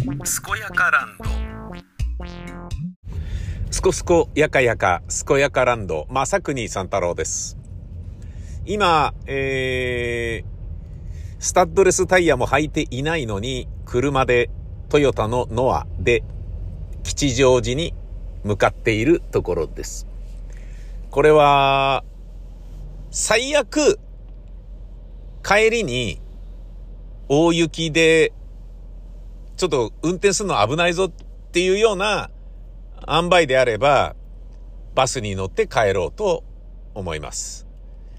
健やかランド。すこすこやかやか健やかランド、正国三太郎です。今、スタッドレスタイヤも履いていないのに、車でトヨタのノアで吉祥寺に向かっているところです。これは最悪帰りに大雪でちょっと運転するの危ないぞっていうような塩梅であればバスに乗って帰ろうと思います。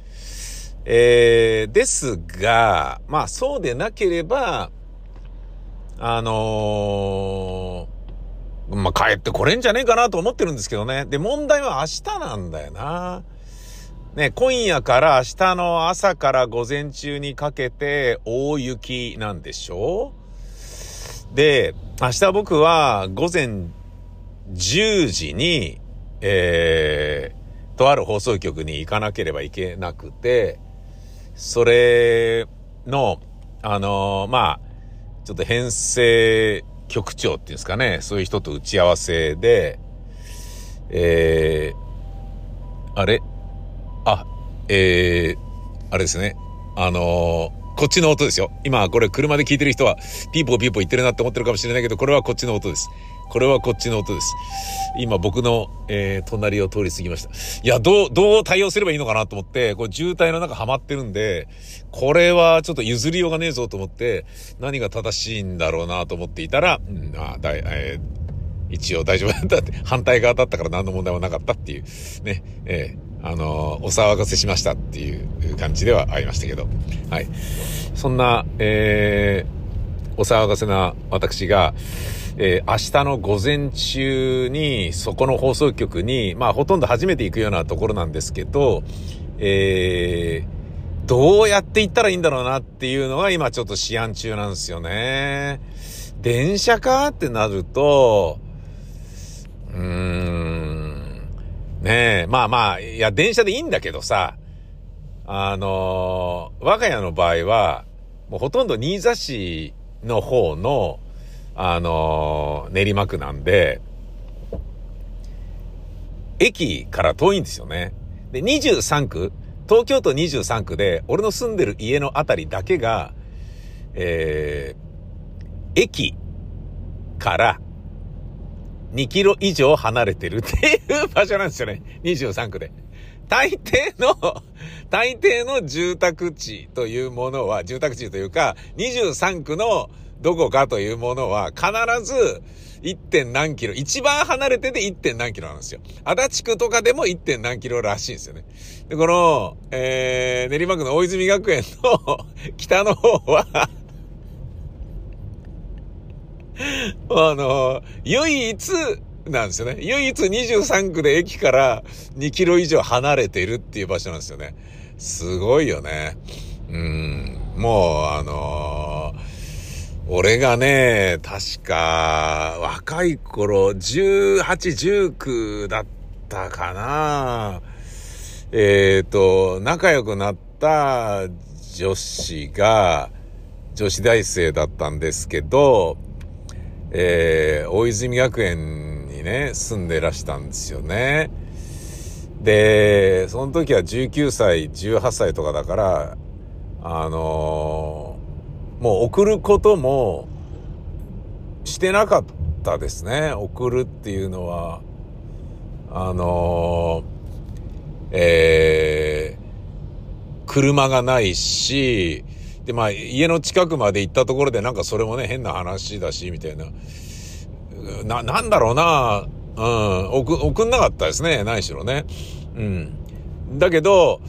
ですが、まあそうでなければまあ帰ってこれんじゃねえかなと思ってるんですけどね。で、問題は明日なんだよな。ね、今夜から明日の朝から午前中にかけて大雪なんでしょ？で、明日僕は午前10時に、とある放送局に行かなければいけなくて、それの、まあ、ちょっと編成局長っていうんですかね、そういう人と打ち合わせで、あれですね。こっちの音ですよ。今これ車で聞いてる人はピーポーピーポー言ってるなって思ってるかもしれないけど、これはこっちの音です。これはこっちの音です。今僕の、隣を通り過ぎました。いや、どう対応すればいいのかなと思って、これ渋滞の中ハマってるんで、これはちょっと譲りようがねえぞと思って、何が正しいんだろうなと思っていたら、一応大丈夫だって、反対側だったから何の問題もなかったっていうね、お騒がせしましたっていう感じではありましたけど、はい。そんな、お騒がせな私が、明日の午前中にそこの放送局に、まあほとんど初めて行くようなところなんですけど、どうやって行ったらいいんだろうなっていうのが今ちょっと思案中なんですよね。電車かってなると、ねえ、まあ、いや、電車でいいんだけどさ、我が家の場合は、もうほとんど新座市の方の、練馬区なんで、駅から遠いんですよね。で、23区、東京都23区で、俺の住んでる家のあたりだけが、駅から2キロ以上離れてるっていう場所なんですよね。23区で。大抵の住宅地というものは、住宅地というか、23区のどこかというものは必ず 1. 点何キロ、一番離れてで 1. 点何キロなんですよ。足立区とかでも 1. 点何キロらしいんですよね。で、この、練馬区の大泉学園の北の方は唯一なんですよね。唯一23区で駅から2キロ以上離れてるっていう場所なんですよね。すごいよね。もう俺がね、確か若い頃18、19だったかな。仲良くなった女子大生だったんですけど、大泉学園にね、住んでらしたんですよね。で、その時は19歳、18歳とかだから、もう送ることもしてなかったですね。送るっていうのは、車がないし、で、まあ、家の近くまで行ったところでなんかそれもね、変な話だし、みたいな。なんだろうな、送んなかったですね、何しろね。だけど、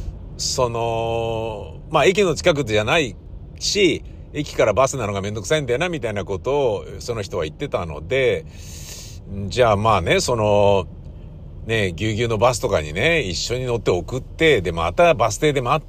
まあ、駅の近くじゃないし、駅からバスなのがめんどくさいんだよな、みたいなことを、その人は言ってたので、じゃあまあね、ぎゅうぎゅうのバスとかにね、一緒に乗って送って、で、またバス停で待って、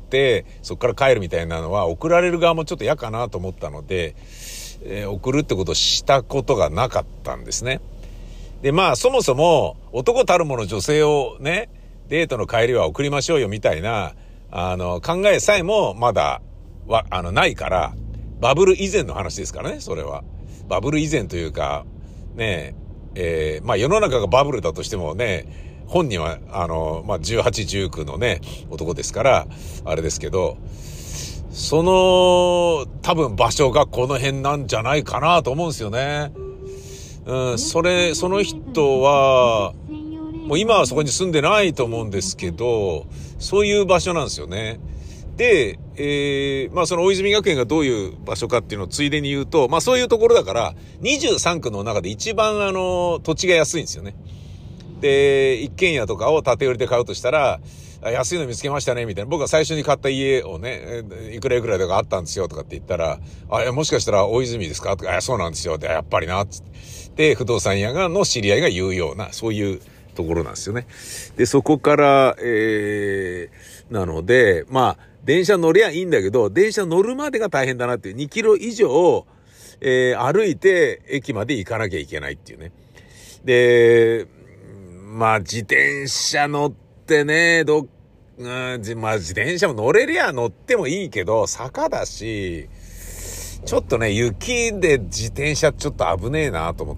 そこから帰るみたいなのは、送られる側もちょっと嫌かなと思ったので、送るってことをしたことがなかったんですね。で、まあ、そもそも、男たるもの女性をね、デートの帰りは送りましょうよみたいな、考えさえもまだ、ないから、バブル以前の話ですからね、それは。 バブル以前というか、ねまあ世の中がバブルだとしてもね、本人は、まあ18、19のね、男ですから、あれですけど、その、多分場所がこの辺なんじゃないかなと思うんですよね。その人は、もう今はそこに住んでないと思うんですけど、そういう場所なんですよね。で、まあその大泉学園がどういう場所かっていうのをついでに言うと、まあそういうところだから、23区の中で一番土地が安いんですよね。で、一軒家とかを建て売りで買うとしたら、安いの見つけましたね、みたいな。僕が最初に買った家をね、いくらいくらとかあったんですよ、とかって言ったら、もしかしたら大泉ですかとか、そうなんですよ。で、やっぱりな、つって。で、不動産屋の知り合いが言うような、そういうところなんですよね。で、そこから、なので、まあ、電車乗りゃいいんだけど、電車乗るまでが大変だなっていう、2キロ以上、歩いて駅まで行かなきゃいけないっていうね。で、まあ、自転車乗ってね、まあ、自転車も乗れりゃ乗ってもいいけど、坂だし、ちょっとね、雪で自転車ちょっと危ねえなと思って、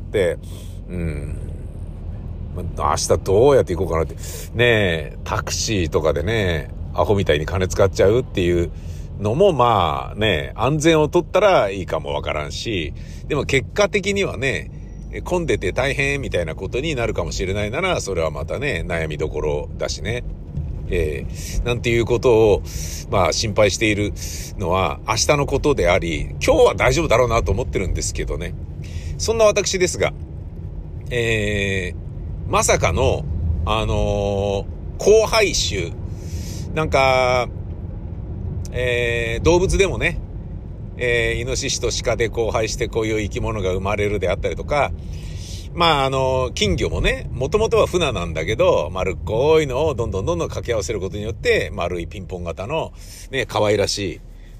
明日どうやって行こうかなって。ねえ、タクシーとかでね、アホみたいに金使っちゃうっていうのもまあね、安全を取ったらいいかもわからんし、でも結果的にはね、混んでて大変みたいなことになるかもしれないなら、それはまたね、悩みどころだしね。なんていうことを、まあ心配しているのは明日のことであり、今日は大丈夫だろうなと思ってるんですけどね。そんな私ですが、まさかの、交配種。なんか、動物でもね、イノシシと鹿で交配してこういう生き物が生まれるであったりとか、まあ金魚もね、もともとは船なんだけど、丸っこいのをどんどん掛け合わせることによって、丸いピンポン型の、ね、可愛らしい、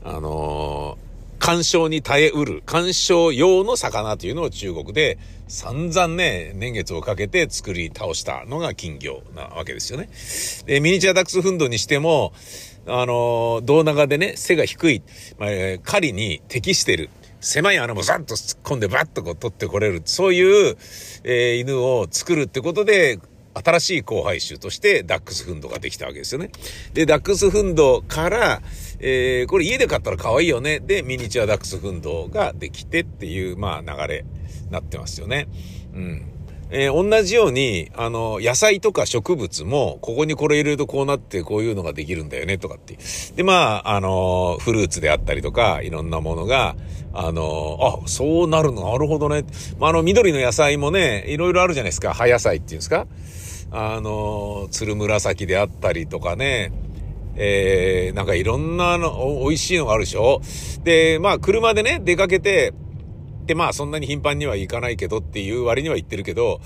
鑑賞に耐えうる、鑑賞用の魚というのを中国で散々ね、年月をかけて作り倒したのが金魚なわけですよね。で、ミニチュアダックスフンドにしても、胴長でね、背が低い、狩りに適してる。狭い穴もザッと突っ込んでバッとこう取ってこれる。そういう、犬を作るってことで、新しい交配種としてダックスフンドができたわけですよね。で、ダックスフンドから、これ家で買ったら可愛いよね。で、ミニチュアダックスフンドができてっていう、まあ流れになってますよね。同じように、野菜とか植物も、ここにこれ入れるとこうなってこういうのができるんだよね、とかって。で、まあ、フルーツであったりとか、いろんなものが、そうなるの、なるほどね。まあ、緑の野菜もね、いろいろあるじゃないですか。葉野菜っていうんですか。つるむらさきであったりとかね。なんかいろんな美味しいのがあるでしょ。で、まあ、車でね、出かけて、で、まあそんなに頻繁には行かないけどっていう割には行ってるけど、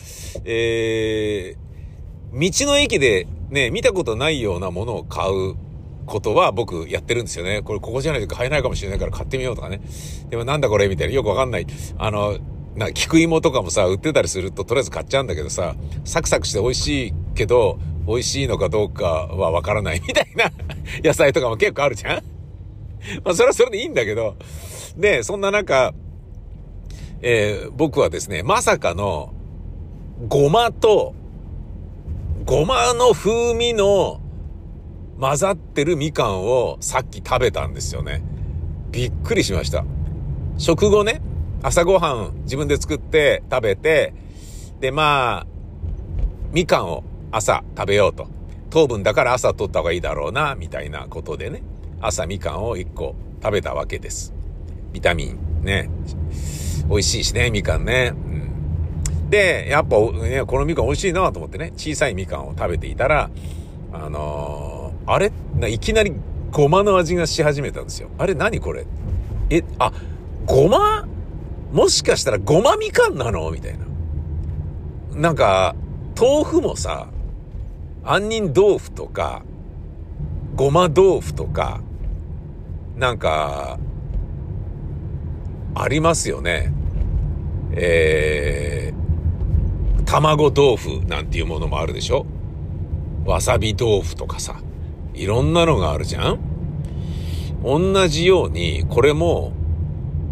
道の駅でね、見たことないようなものを買うことは僕やってるんですよね。ここじゃないと買えないかもしれないから買ってみようとかね。でもなんだこれみたいな、よくわかんない。菊芋とかもさ、売ってたりするととりあえず買っちゃうんだけどさ、サクサクして美味しいけど、美味しいのかどうかはわからないみたいな野菜とかも結構あるじゃん。まあそれはそれでいいんだけど。で、そんな中、僕はですね、まさかのごまの風味の混ざってるみかんをさっき食べたんですよね。びっくりしました。食後ね、朝ごはん自分で作って食べて、でまあみかんを朝食べようと、糖分だから朝取った方がいいだろうなみたいなことでね、朝みかんを1個食べたわけです。ビタミンね、美味しいしね、みかんね。で、やっぱ、ね、このみかん美味しいなと思ってね、小さいみかんを食べていたら、あれいきなりごまの味がし始めたんですよ。あれ何これ？ごま？もしかしたらごまみかんなの？みたいな。なんか、豆腐もさ、杏仁豆腐とか、ごま豆腐とか、なんか、ありますよね。卵豆腐なんていうものもあるでしょ。わさび豆腐とかさ、いろんなのがあるじゃん。同じようにこれも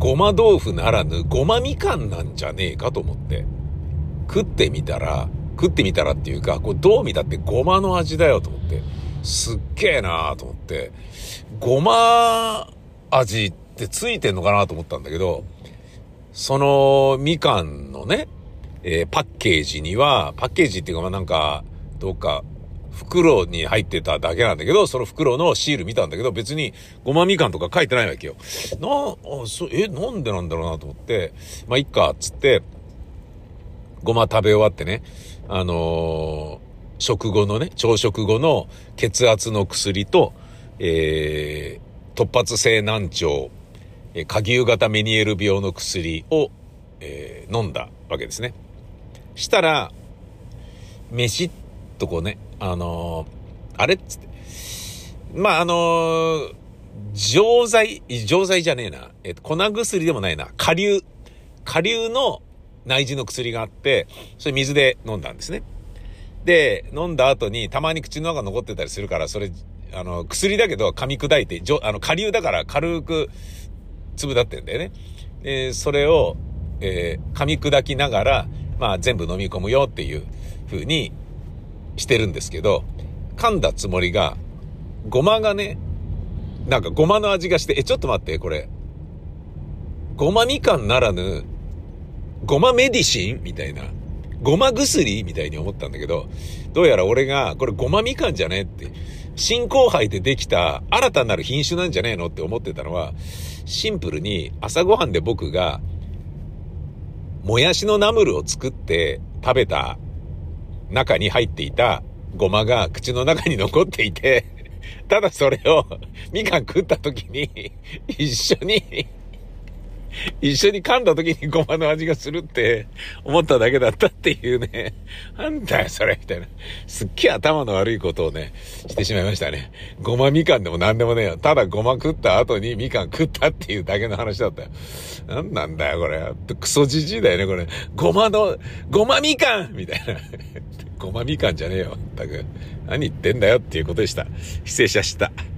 ごま豆腐ならぬごまみかんなんじゃねえかと思って。食ってみたらっていうか、これどう見たってごまの味だよと思って。すっげえなーと思って。ごま味ってついてんのかなと思ったんだけど、そのみかんのね、パッケージっていうかまあなんか、どうか、袋に入ってただけなんだけど、その袋のシール見たんだけど、別にごまみかんとか書いてないわけよ。なんでなんだろうなと思って、まあ、いっか、つって、ごま食べ終わってね、朝食後の血圧の薬と、突発性難聴、下牛型メニエル病の薬を、飲んだわけですね。したら、飯とこうね、あれっつって。まあ、錠剤じゃねえな。粉薬でもないな。顆粒の内耳の薬があって、それ水で飲んだんですね。で、飲んだ後にたまに口の中残ってたりするから、それ、薬だけど噛み砕いて、顆粒だから軽く粒立ってんだよね。で、それを、噛み砕きながら、まあ全部飲み込むよっていう風にしてるんですけど、噛んだつもりが、ごまがね、なんかごまの味がして、ちょっと待って、これ、ごまみかんならぬ、ごまメディシンみたいな。ごま薬みたいに思ったんだけど、どうやら俺が、これごまみかんじゃねって、新交配でできた新たなる品種なんじゃねえのって思ってたのは、シンプルに朝ごはんで僕が、もやしのナムルを作って食べた中に入っていたごまが口の中に残っていて、ただそれをみかん食った時に一緒に噛んだ時にごまの味がするって思っただけだったっていうね。なんだよそれみたいな。すっげえ頭の悪いことをね、してしまいましたね。ごまみかんでもなんでもねえよ。ただごま食った後にみかん食ったっていうだけの話だったよ。なんだよこれ。クソじじいだよねこれ。ごまみかんみたいな。ごまみかんじゃねえよ。全く。何言ってんだよっていうことでした。失礼しました。